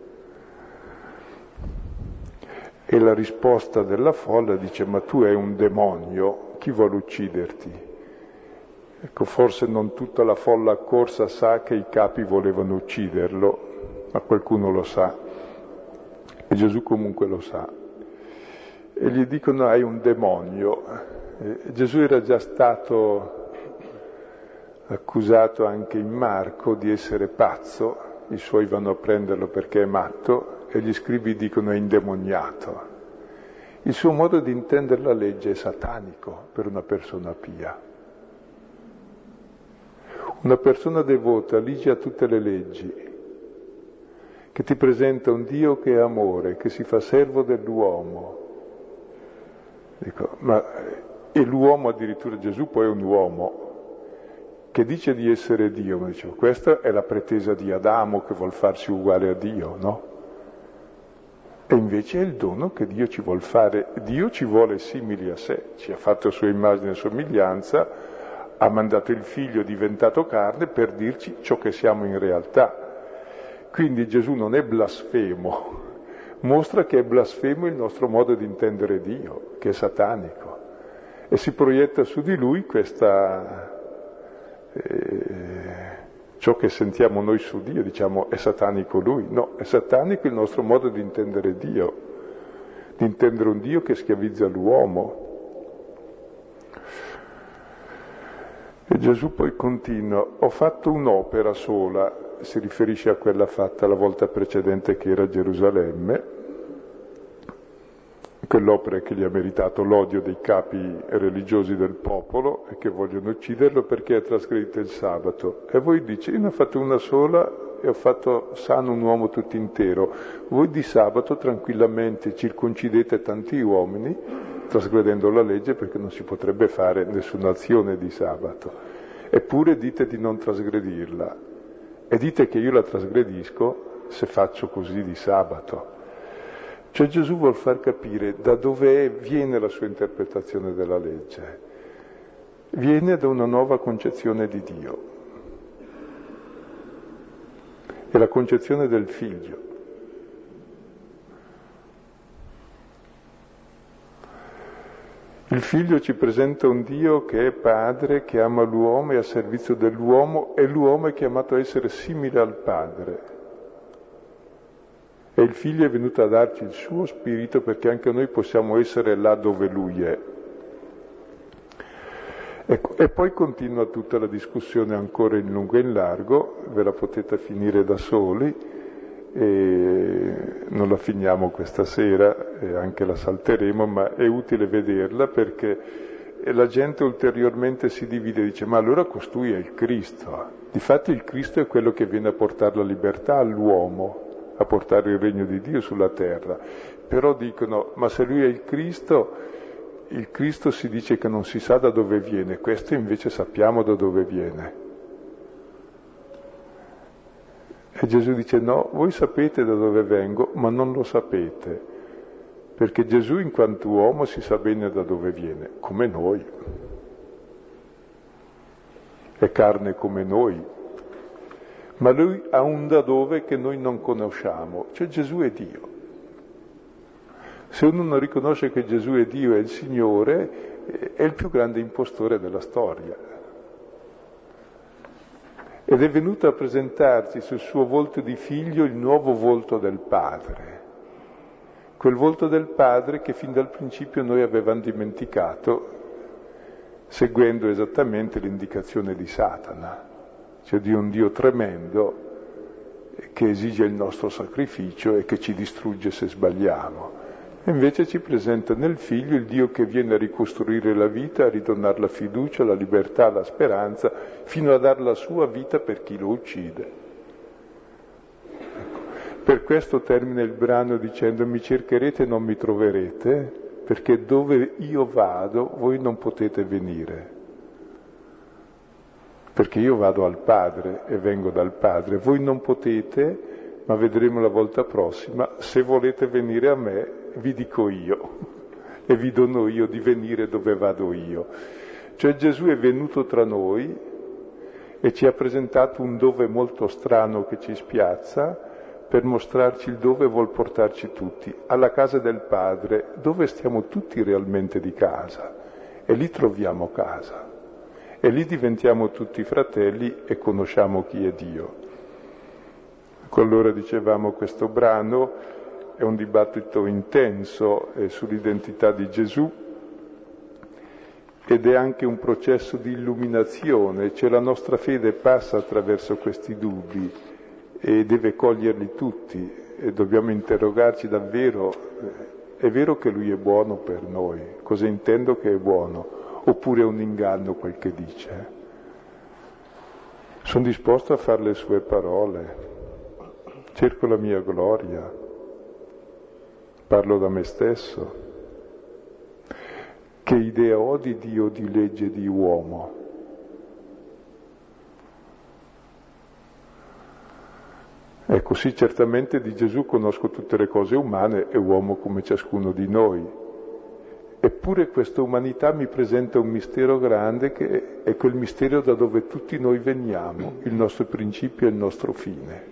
E la risposta della folla dice, ma tu hai un demonio, chi vuole ucciderti? Ecco, forse non tutta la folla accorsa sa che i capi volevano ucciderlo, ma qualcuno lo sa, e Gesù comunque lo sa. E gli dicono, hai un demonio. E Gesù era già stato accusato anche in Marco di essere pazzo, i suoi vanno a prenderlo perché è matto, e gli scribi dicono è indemoniato. Il suo modo di intendere la legge è satanico per una persona pia. Una persona devota ligia a tutte le leggi, che ti presenta un Dio che è amore, che si fa servo dell'uomo. Dico, ma e l'uomo addirittura, Gesù poi è un uomo che dice di essere Dio, ma dicevo, questa è la pretesa di Adamo che vuol farsi uguale a Dio, no? E invece è il dono che Dio ci vuol fare. Dio ci vuole simili a sé, ci ha fatto a sua immagine e somiglianza, ha mandato il figlio diventato carne per dirci ciò che siamo in realtà. Quindi Gesù non è blasfemo, mostra che è blasfemo il nostro modo di intendere Dio, che è satanico, e si proietta su di lui questa... Eh, ciò che sentiamo noi su Dio, diciamo, è satanico lui. No, è satanico il nostro modo di intendere Dio, di intendere un Dio che schiavizza l'uomo. E Gesù poi continua, ho fatto un'opera sola, si riferisce a quella fatta la volta precedente che era a Gerusalemme, quell'opera che gli ha meritato l'odio dei capi religiosi del popolo e che vogliono ucciderlo perché ha trasgredito il sabato. E voi dice, io ne ho fatto una sola e ho fatto sano un uomo tutto intero. Voi di sabato tranquillamente circoncidete tanti uomini, trasgredendo la legge perché non si potrebbe fare nessuna azione di sabato. Eppure dite di non trasgredirla. E dite che io la trasgredisco se faccio così di sabato. Cioè Gesù vuol far capire da dove viene la sua interpretazione della legge. viene da una nuova concezione di Dio. È la concezione del figlio. Il figlio ci presenta un Dio che è padre, che ama l'uomo, è a servizio dell'uomo, e l'uomo è chiamato a essere simile al padre. E il figlio è venuto a darci il suo spirito perché anche noi possiamo essere là dove lui è. Ecco, e poi continua tutta la discussione ancora in lungo e in largo, ve la potete finire da soli, e non la finiamo questa sera, e anche la salteremo, ma è utile vederla perché la gente ulteriormente si divide e dice: ma allora costui è il Cristo. Difatti il Cristo è quello che viene a portare la libertà all'uomo, a portare il regno di Dio sulla terra. Però dicono: ma se lui è il Cristo, il Cristo si dice che non si sa da dove viene, questo invece sappiamo da dove viene. E Gesù dice: no, voi sapete da dove vengo, ma non lo sapete, perché Gesù in quanto uomo si sa bene da dove viene, come noi. È carne come noi, ma lui ha un da dove che noi non conosciamo, cioè Gesù è Dio. Se uno non riconosce che Gesù è Dio, è il Signore, è il più grande impostore della storia. Ed è venuto a presentarci sul suo volto di figlio il nuovo volto del Padre, quel volto del Padre che fin dal principio noi avevamo dimenticato, seguendo esattamente l'indicazione di Satana, cioè di un Dio tremendo che esige il nostro sacrificio e che ci distrugge se sbagliamo. E invece ci presenta nel Figlio il Dio che viene a ricostruire la vita, a ridonare la fiducia, la libertà, la speranza, fino a dar la sua vita per chi lo uccide. Ecco. Per questo termina il brano dicendo: mi cercherete e non mi troverete, perché dove io vado voi non potete venire. Perché io vado al Padre e vengo dal Padre, voi non potete, ma vedremo la volta prossima, se volete venire a me vi dico io e vi dono io di venire dove vado io. Cioè Gesù è venuto tra noi e ci ha presentato un dove molto strano che ci spiazza per mostrarci il dove vuol portarci tutti, alla casa del Padre, dove stiamo tutti realmente di casa, e lì troviamo casa e lì diventiamo tutti fratelli e conosciamo chi è Dio. Ecco, allora dicevamo, questo brano è un dibattito intenso eh, sull'identità di Gesù ed è anche un processo di illuminazione, cioè la nostra fede passa attraverso questi dubbi e deve coglierli tutti e dobbiamo interrogarci davvero, eh, è vero che Lui è buono per noi? Cosa intendo che è buono? Oppure è un inganno quel che dice? Sono disposto a fare le sue parole, cerco la mia gloria. Parlo da me stesso. Che idea ho di Dio, di legge, di uomo? Ecco, sì, certamente di Gesù conosco tutte le cose umane, è uomo come ciascuno di noi. Eppure questa umanità mi presenta un mistero grande che è quel mistero da dove tutti noi veniamo, il nostro principio e il nostro fine.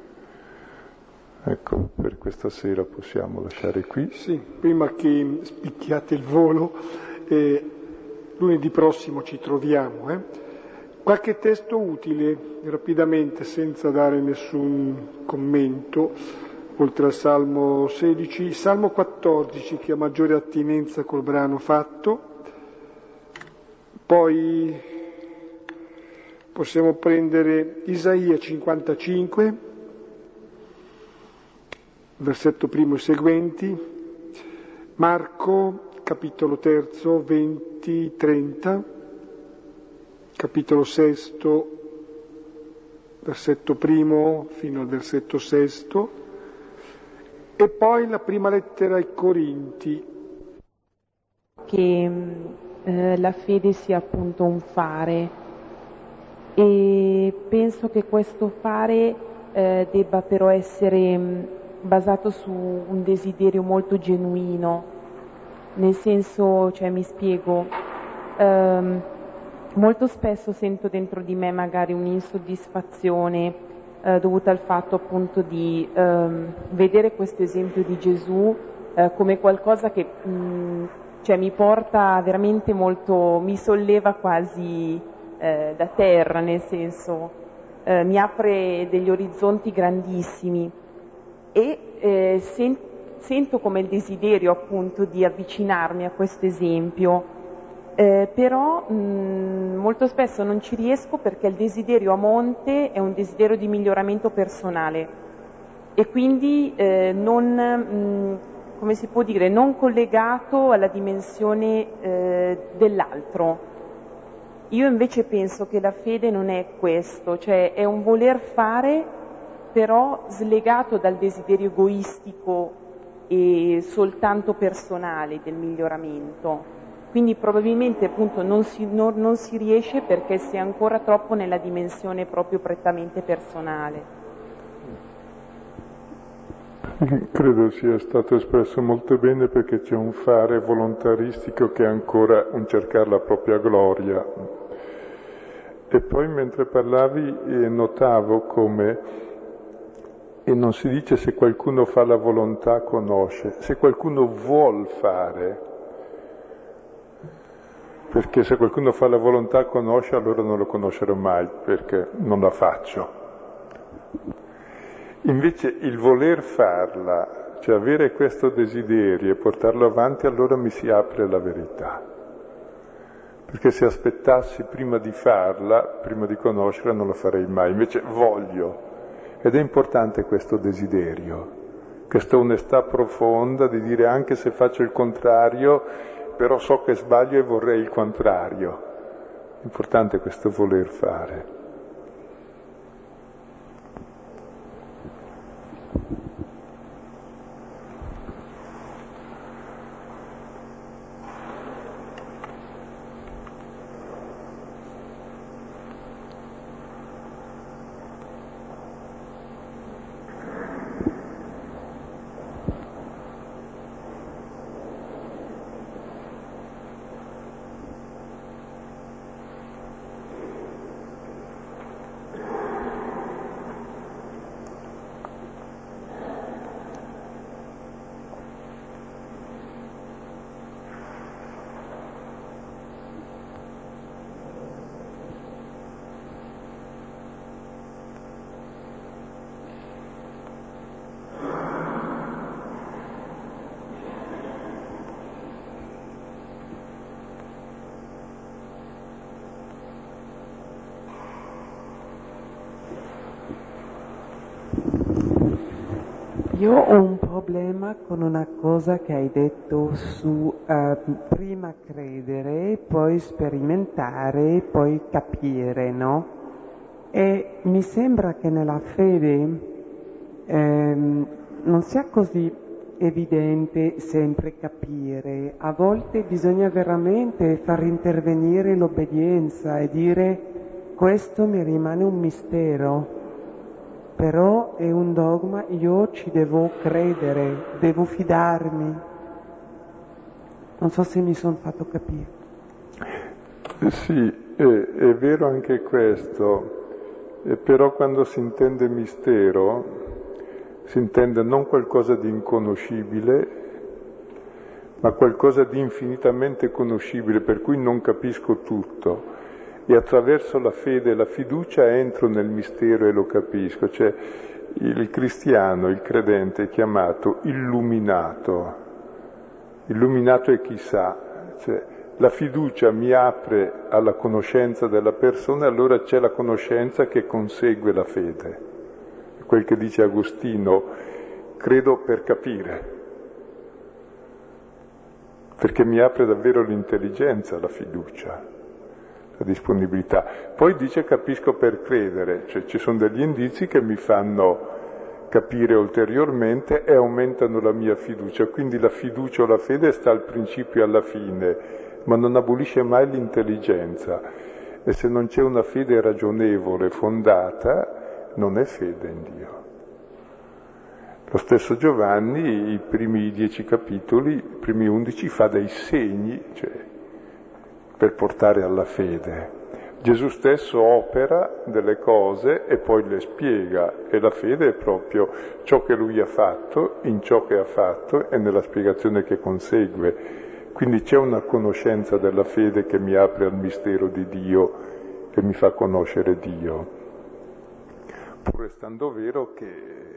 Ecco, per questa sera possiamo lasciare qui. Sì, prima che spicchiate il volo, eh, lunedì prossimo ci troviamo. Eh. Qualche testo utile, rapidamente, senza dare nessun commento, oltre al Salmo sedici, Salmo quattordici, che ha maggiore attinenza col brano fatto, poi possiamo prendere Isaia cinquantacinque, versetto primo e seguenti, Marco, capitolo terzo, venti trenta, capitolo sesto, versetto primo fino al versetto sesto, e poi la prima lettera ai Corinti. Che eh, la fede sia appunto un fare, e penso che questo fare eh, debba però essere mh, basato su un desiderio molto genuino, nel senso, cioè mi spiego, ehm, molto spesso sento dentro di me magari un'insoddisfazione eh, dovuta al fatto appunto di ehm, vedere questo esempio di Gesù eh, come qualcosa che mh, cioè, mi porta veramente molto, mi solleva quasi eh, da terra, nel senso eh, mi apre degli orizzonti grandissimi e eh, sen- sento come il desiderio appunto di avvicinarmi a questo esempio. Eh, però mh, molto spesso non ci riesco perché il desiderio a monte è un desiderio di miglioramento personale e quindi eh, non, mh, come si può dire, non collegato alla dimensione eh, dell'altro. Io invece penso che la fede non è questo, cioè è un voler fare però slegato dal desiderio egoistico e soltanto personale del miglioramento. Quindi probabilmente appunto non si, non, non si riesce perché si è ancora troppo nella dimensione proprio prettamente personale. Credo sia stato espresso molto bene perché c'è un fare volontaristico che è ancora un cercare la propria gloria. E poi mentre parlavi eh, notavo come, e non si dice se qualcuno fa la volontà conosce, se qualcuno vuol fare. Perché se qualcuno fa la volontà conosce, allora non lo conoscerò mai, perché non la faccio. Invece il voler farla, cioè avere questo desiderio e portarlo avanti, allora mi si apre la verità. Perché se aspettassi prima di farla, prima di conoscerla, non lo farei mai. Invece voglio. Ed è importante questo desiderio, questa onestà profonda di dire anche se faccio il contrario, però so che sbaglio e vorrei il contrario. È importante questo voler fare. Io ho un problema con una cosa che hai detto su uh, prima credere, poi sperimentare, poi capire, no? E mi sembra che nella fede ehm, non sia così evidente sempre capire. A volte bisogna veramente far intervenire l'obbedienza e dire questo mi rimane un mistero. Però è un dogma, io ci devo credere, devo fidarmi. Non so se mi sono fatto capire. Sì, è, è vero anche questo, e però quando si intende mistero, si intende non qualcosa di inconoscibile, ma qualcosa di infinitamente conoscibile, per cui non capisco tutto. E attraverso la fede e la fiducia entro nel mistero e lo capisco. Cioè il cristiano, il credente è chiamato illuminato. Illuminato è chi sa. Cioè, la fiducia mi apre alla conoscenza della persona e allora c'è la conoscenza che consegue la fede. Quel che dice Agostino, credo per capire. Perché mi apre davvero l'intelligenza, la fiducia. La disponibilità. Poi dice capisco per credere, cioè ci sono degli indizi che mi fanno capire ulteriormente e aumentano la mia fiducia, quindi la fiducia o la fede sta al principio e alla fine, ma non abolisce mai l'intelligenza e se non c'è una fede ragionevole, fondata, non è fede in Dio. Lo stesso Giovanni, i primi dieci capitoli, i primi undici, fa dei segni, cioè per portare alla fede. Gesù stesso opera delle cose e poi le spiega, e la fede è proprio ciò che lui ha fatto, in ciò che ha fatto e nella spiegazione che consegue. Quindi c'è una conoscenza della fede che mi apre al mistero di Dio e mi fa conoscere Dio, pur restando vero che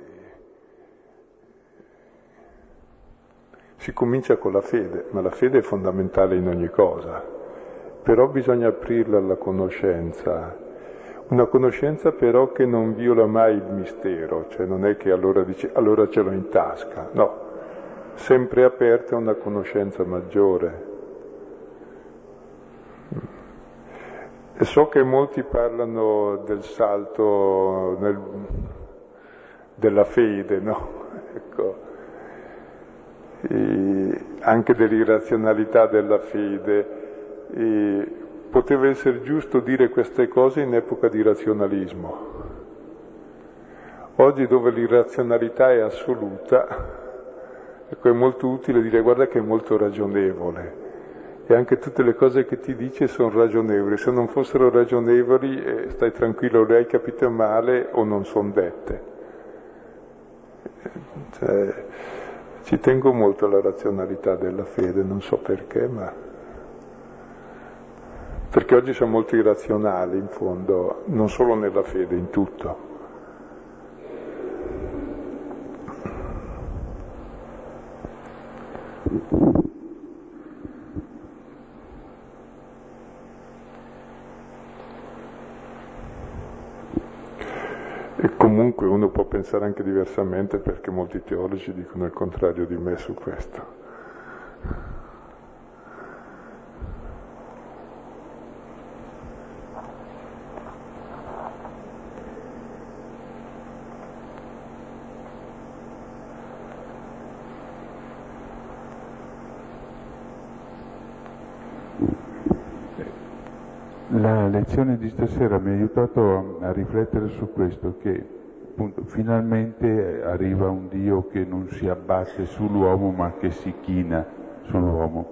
si comincia con la fede, ma la fede è fondamentale in ogni cosa. Però bisogna aprirla alla conoscenza, una conoscenza però che non viola mai il mistero, cioè non è che allora dici allora ce l'ho in tasca, no, sempre aperta a una conoscenza maggiore. E so che molti parlano del salto nel, della fede, no? Ecco. E anche dell'irrazionalità della fede. E poteva essere giusto dire queste cose in epoca di razionalismo. Oggi, dove l'irrazionalità è assoluta, ecco, è molto utile dire guarda che è molto ragionevole, e anche tutte le cose che ti dice sono ragionevoli. Se non fossero ragionevoli, eh, stai tranquillo, le hai capite male o non sono dette. Cioè, ci tengo molto alla razionalità della fede, non so perché, ma perché oggi siamo molto irrazionali in fondo, non solo nella fede, in tutto. E comunque uno può pensare anche diversamente, perché molti teologi dicono il contrario di me su questo. La lezione di stasera mi ha aiutato a, a riflettere su questo, che appunto finalmente arriva un Dio che non si abbatte sull'uomo ma che si china sull'uomo.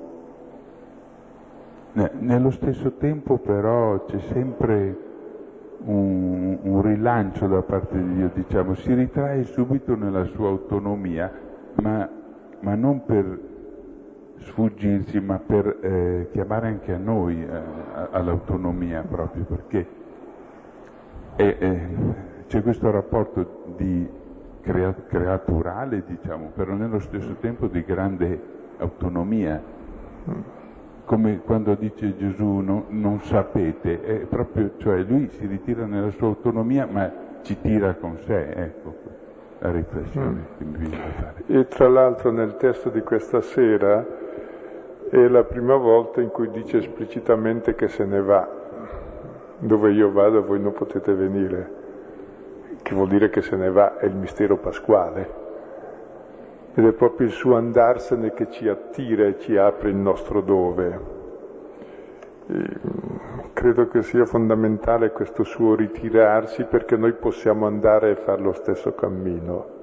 Ne, nello stesso tempo però c'è sempre un, un rilancio da parte di Dio, diciamo, si ritrae subito nella sua autonomia, ma, ma non per sfuggirsi, ma per eh, chiamare anche a noi eh, all'autonomia, proprio perché è, è, c'è questo rapporto di crea- creaturale, diciamo, però nello stesso tempo di grande autonomia, come quando dice Gesù no, non sapete, è proprio, cioè lui si ritira nella sua autonomia ma ci tira con sé, ecco la riflessione mm. che mi viene da fare. E tra l'altro nel testo di questa sera è la prima volta in cui dice esplicitamente che se ne va, dove io vado voi non potete venire, che vuol dire che se ne va, è il mistero pasquale, ed è proprio il suo andarsene che ci attira e ci apre il nostro dove. E credo che sia fondamentale questo suo ritirarsi, perché noi possiamo andare e fare lo stesso cammino.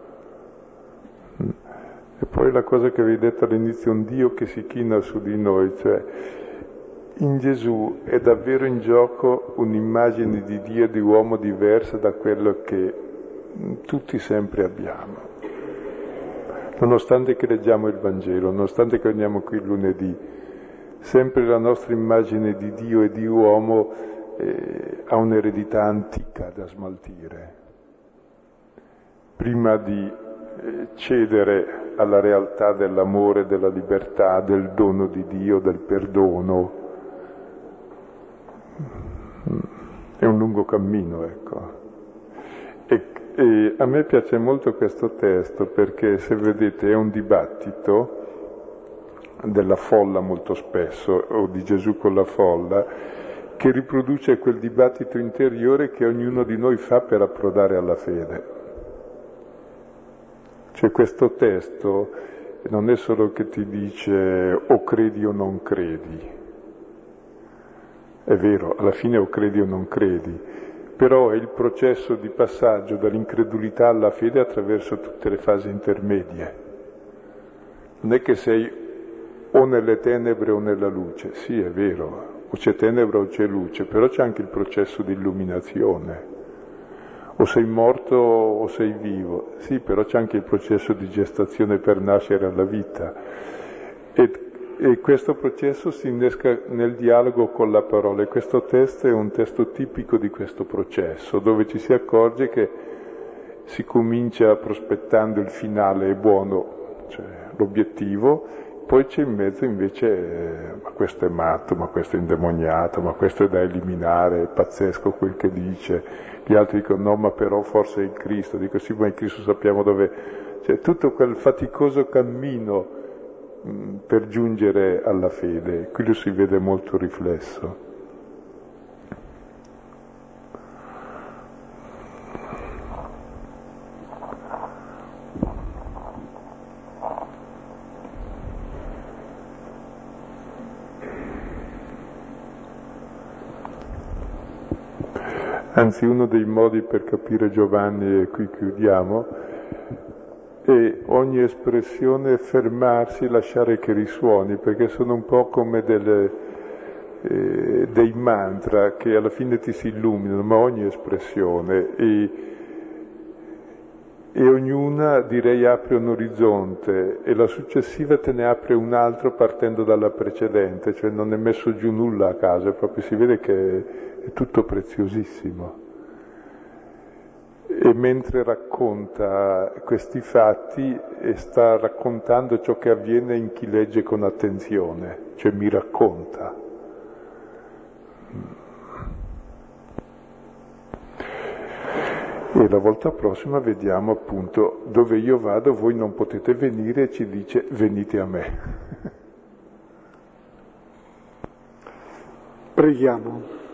E poi la cosa che avevi detto all'inizio, un Dio che si china su di noi, cioè in Gesù è davvero in gioco un'immagine di Dio e di uomo diversa da quello che tutti sempre abbiamo. Nonostante che leggiamo il Vangelo, nonostante che veniamo qui il lunedì, sempre la nostra immagine di Dio e di uomo eh, ha un'eredità antica da smaltire. Prima di cedere alla realtà dell'amore, della libertà, del dono di Dio, del perdono. È un lungo cammino, ecco. E, e a me piace molto questo testo, perché se vedete è un dibattito della folla molto spesso, o di Gesù con la folla, che riproduce quel dibattito interiore che ognuno di noi fa per approdare alla fede. Cioè questo testo non è solo che ti dice o credi o non credi, è vero, alla fine o credi o non credi, però è il processo di passaggio dall'incredulità alla fede attraverso tutte le fasi intermedie. Non è che sei o nelle tenebre o nella luce, sì è vero, o c'è tenebra o c'è luce, però c'è anche il processo di illuminazione. O sei morto o sei vivo, sì, però c'è anche il processo di gestazione per nascere alla vita. E, e questo processo si innesca nel dialogo con la parola, e questo testo è un testo tipico di questo processo, dove ci si accorge che si comincia prospettando il finale buono, cioè l'obiettivo, poi c'è in mezzo invece, eh, ma questo è matto, ma questo è indemoniato, ma questo è da eliminare, è pazzesco quel che dice. Gli altri dicono no, ma però forse è il Cristo. Dico sì, ma il Cristo sappiamo dove. Cioè tutto quel faticoso cammino mh, per giungere alla fede, qui lo si vede molto riflesso. Anzi, uno dei modi per capire Giovanni, e qui chiudiamo, è ogni espressione fermarsi, lasciare che risuoni, perché sono un po' come delle, eh, dei mantra che alla fine ti si illuminano, ma ogni espressione, e, e ognuna direi apre un orizzonte e la successiva te ne apre un altro partendo dalla precedente, cioè non è messo giù nulla a caso, proprio si vede che è tutto preziosissimo. E mentre racconta questi fatti sta raccontando ciò che avviene in chi legge con attenzione, cioè mi racconta. E la volta prossima vediamo appunto dove io vado voi non potete venire, e ci dice venite a me. Preghiamo.